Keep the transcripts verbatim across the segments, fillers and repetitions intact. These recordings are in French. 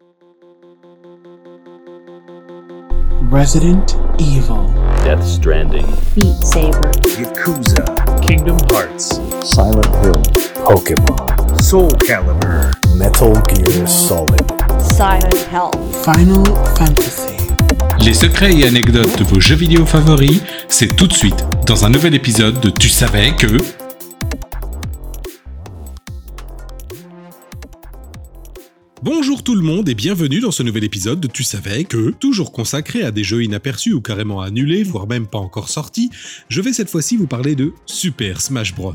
Resident Evil, Death Stranding, Beat Saber, Yakuza, Kingdom Hearts, Silent Hill, Pokemon, Soul Calibur, Metal Gear Solid, Silent Hill, Final Fantasy. Les secrets et anecdotes de vos jeux vidéo favoris, c'est tout de suite dans un nouvel épisode de Tu savais que... Bonjour tout le monde et bienvenue dans ce nouvel épisode de Tu savais que, toujours consacré à des jeux inaperçus ou carrément annulés, voire même pas encore sortis, je vais cette fois-ci vous parler de Super Smash Bros.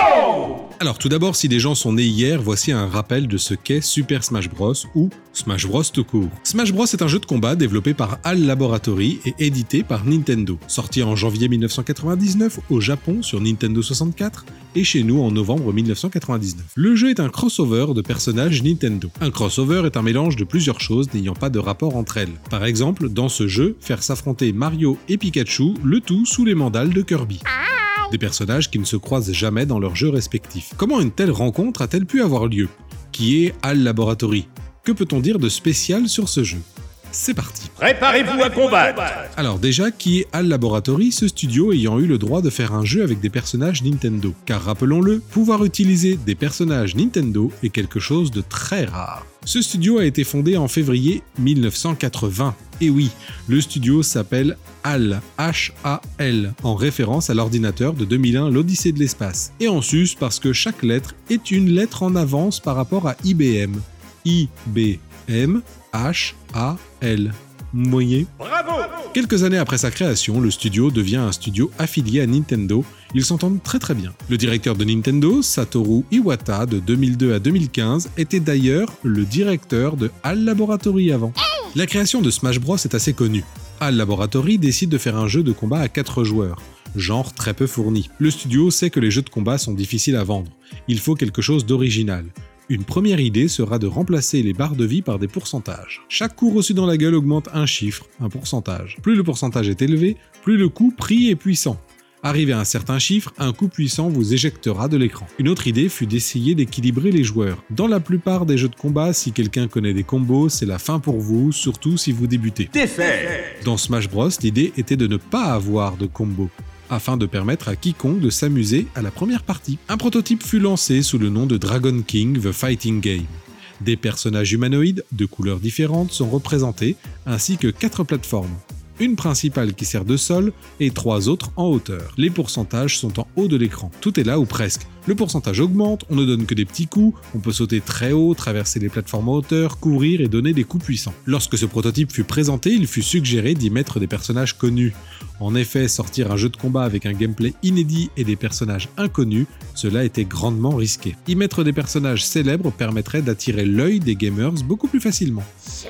Go! Alors tout d'abord, si des gens sont nés hier, voici un rappel de ce qu'est Super Smash Bros. Ou Smash Bros tout court. Smash Bros est un jeu de combat développé par HAL Laboratory et édité par Nintendo, sorti en janvier mille neuf cent quatre-vingt-dix-neuf au Japon sur Nintendo soixante-quatre et chez nous en novembre mille neuf cent quatre-vingt-dix-neuf. Le jeu est un crossover de personnages Nintendo. Un crossover est un mélange de plusieurs choses n'ayant pas de rapport entre elles. Par exemple, dans ce jeu, faire s'affronter Mario et Pikachu, le tout sous les mandales de Kirby. Des personnages qui ne se croisent jamais dans leurs jeux respectifs. Comment une telle rencontre a-t-elle pu avoir lieu ? Qui est HAL Laboratory ? Que peut-on dire de spécial sur ce jeu ? C'est parti. Préparez-vous à combattre. Alors déjà, qui est HAL Laboratory, ce studio ayant eu le droit de faire un jeu avec des personnages Nintendo. Car rappelons-le, pouvoir utiliser des personnages Nintendo est quelque chose de très rare. Ce studio a été fondé en février mille neuf cent quatre-vingts. Et oui, le studio s'appelle HAL, H A L, en référence à l'ordinateur de deux mille un, l'Odyssée de l'espace. Et en sus parce que chaque lettre est une lettre en avance par rapport à I B M. I B M, H A L. Vous voyez ? Bravo ! Quelques années après sa création, le studio devient un studio affilié à Nintendo. Ils s'entendent très très bien. Le directeur de Nintendo, Satoru Iwata, de deux mille deux à deux mille quinze, était d'ailleurs le directeur de HAL Laboratory avant. La création de Smash Bros est assez connue. HAL Laboratory décide de faire un jeu de combat à quatre joueurs. Genre très peu fourni. Le studio sait que les jeux de combat sont difficiles à vendre. Il faut quelque chose d'original. Une première idée sera de remplacer les barres de vie par des pourcentages. Chaque coup reçu dans la gueule augmente un chiffre, un pourcentage. Plus le pourcentage est élevé, plus le coup pris est puissant. Arrivé à un certain chiffre, un coup puissant vous éjectera de l'écran. Une autre idée fut d'essayer d'équilibrer les joueurs. Dans la plupart des jeux de combat, si quelqu'un connaît des combos, c'est la fin pour vous, surtout si vous débutez. Défait. Dans Smash Bros, l'idée était de ne pas avoir de combo, afin de permettre à quiconque de s'amuser à la première partie. Un prototype fut lancé sous le nom de Dragon King The Fighting Game. Des personnages humanoïdes de couleurs différentes sont représentés, ainsi que quatre plateformes. Une principale qui sert de sol et trois autres en hauteur. Les pourcentages sont en haut de l'écran. Tout est là ou presque. Le pourcentage augmente, on ne donne que des petits coups, on peut sauter très haut, traverser les plateformes en hauteur, courir et donner des coups puissants. Lorsque ce prototype fut présenté, il fut suggéré d'y mettre des personnages connus. En effet, sortir un jeu de combat avec un gameplay inédit et des personnages inconnus, cela était grandement risqué. Y mettre des personnages célèbres permettrait d'attirer l'œil des gamers beaucoup plus facilement.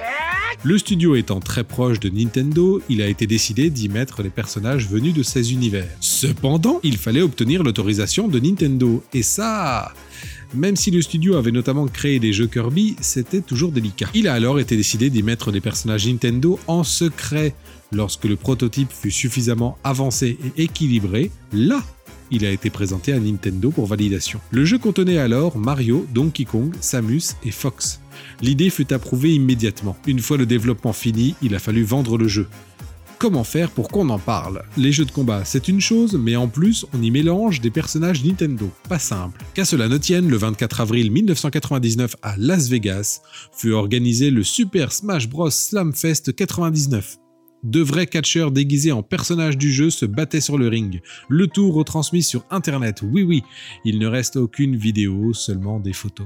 Le studio étant très proche de Nintendo, il a été décidé d'y mettre les personnages venus de ces univers. Cependant, il fallait obtenir l'autorisation de Nintendo, et ça... Même si le studio avait notamment créé des jeux Kirby, c'était toujours délicat. Il a alors été décidé d'y mettre des personnages Nintendo en secret. Lorsque le prototype fut suffisamment avancé et équilibré, là, il a été présenté à Nintendo pour validation. Le jeu contenait alors Mario, Donkey Kong, Samus et Fox. L'idée fut approuvée immédiatement. Une fois le développement fini, il a fallu vendre le jeu. Comment faire pour qu'on en parle ? Les jeux de combat, c'est une chose, mais en plus, on y mélange des personnages Nintendo. Pas simple. Qu'à cela ne tienne, le vingt-quatre avril mille neuf cent quatre-vingt-dix-neuf à Las Vegas, fut organisé le Super Smash Bros Slam Fest quatre-vingt-dix-neuf. De vrais catcheurs déguisés en personnages du jeu se battaient sur le ring. Le tout retransmis sur internet, oui oui, il ne reste aucune vidéo, seulement des photos.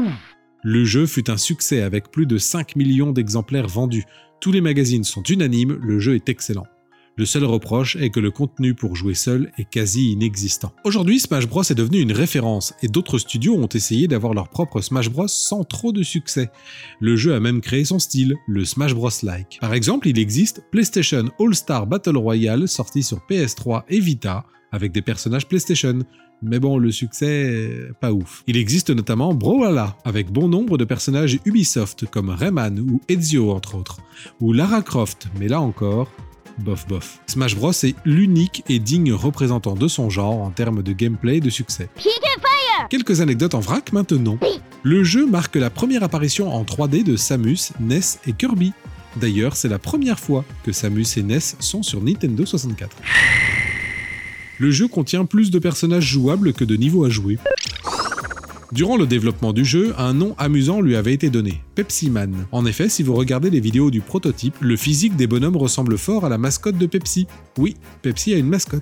Le jeu fut un succès avec plus de cinq millions d'exemplaires vendus. Tous les magazines sont unanimes, le jeu est excellent. Le seul reproche est que le contenu pour jouer seul est quasi inexistant. Aujourd'hui, Smash Bros est devenu une référence et d'autres studios ont essayé d'avoir leur propre Smash Bros sans trop de succès. Le jeu a même créé son style, le Smash Bros-like. Par exemple, il existe PlayStation All-Star Battle Royale sorti sur P S trois et Vita avec des personnages PlayStation. Mais bon, le succès, pas ouf. Il existe notamment Brawlhalla, avec bon nombre de personnages Ubisoft comme Rayman ou Ezio entre autres, ou Lara Croft, mais là encore, bof bof. Smash Bros est l'unique et digne représentant de son genre en termes de gameplay et de succès. Quelques anecdotes en vrac maintenant. Le jeu marque la première apparition en trois D de Samus, N E S et Kirby. D'ailleurs, c'est la première fois que Samus et N E S sont sur Nintendo soixante-quatre. Le jeu contient plus de personnages jouables que de niveaux à jouer. Durant le développement du jeu, un nom amusant lui avait été donné, Pepsi Man. En effet, si vous regardez les vidéos du prototype, le physique des bonhommes ressemble fort à la mascotte de Pepsi. Oui, Pepsi a une mascotte.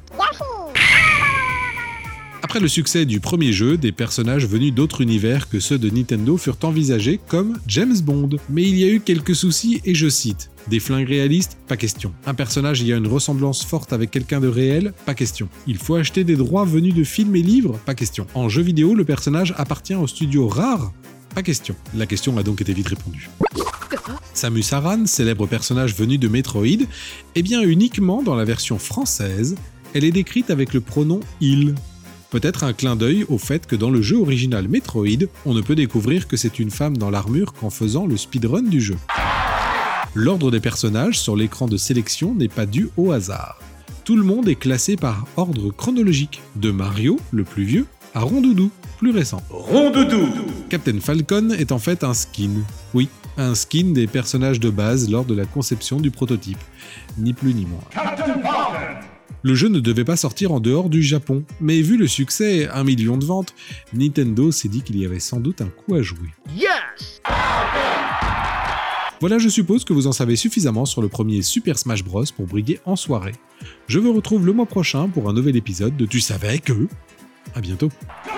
Après le succès du premier jeu, des personnages venus d'autres univers que ceux de Nintendo furent envisagés comme James Bond. Mais il y a eu quelques soucis et je cite. Des flingues réalistes? Pas question. Un personnage ayant une ressemblance forte avec quelqu'un de réel? Pas question. Il faut acheter des droits venus de films et livres? Pas question. En jeu vidéo, le personnage appartient au studio Rare? Pas question. La question a donc été vite répondue. Samus Aran, célèbre personnage venu de Metroid, eh bien uniquement dans la version française, elle est décrite avec le pronom « il ». Peut-être un clin d'œil au fait que dans le jeu original Metroid, on ne peut découvrir que c'est une femme dans l'armure qu'en faisant le speedrun du jeu. L'ordre des personnages sur l'écran de sélection n'est pas dû au hasard. Tout le monde est classé par ordre chronologique, de Mario, le plus vieux, à Rondoudou, plus récent. Rondoudou. Captain Falcon est en fait un skin. Oui, un skin des personnages de base lors de la conception du prototype. Ni plus ni moins. Le jeu ne devait pas sortir en dehors du Japon, mais vu le succès, un million de ventes, Nintendo s'est dit qu'il y avait sans doute un coup à jouer. Yes. Voilà, je suppose que vous en savez suffisamment sur le premier Super Smash Bros pour briguer en soirée. Je vous retrouve le mois prochain pour un nouvel épisode de Tu savais que... À bientôt.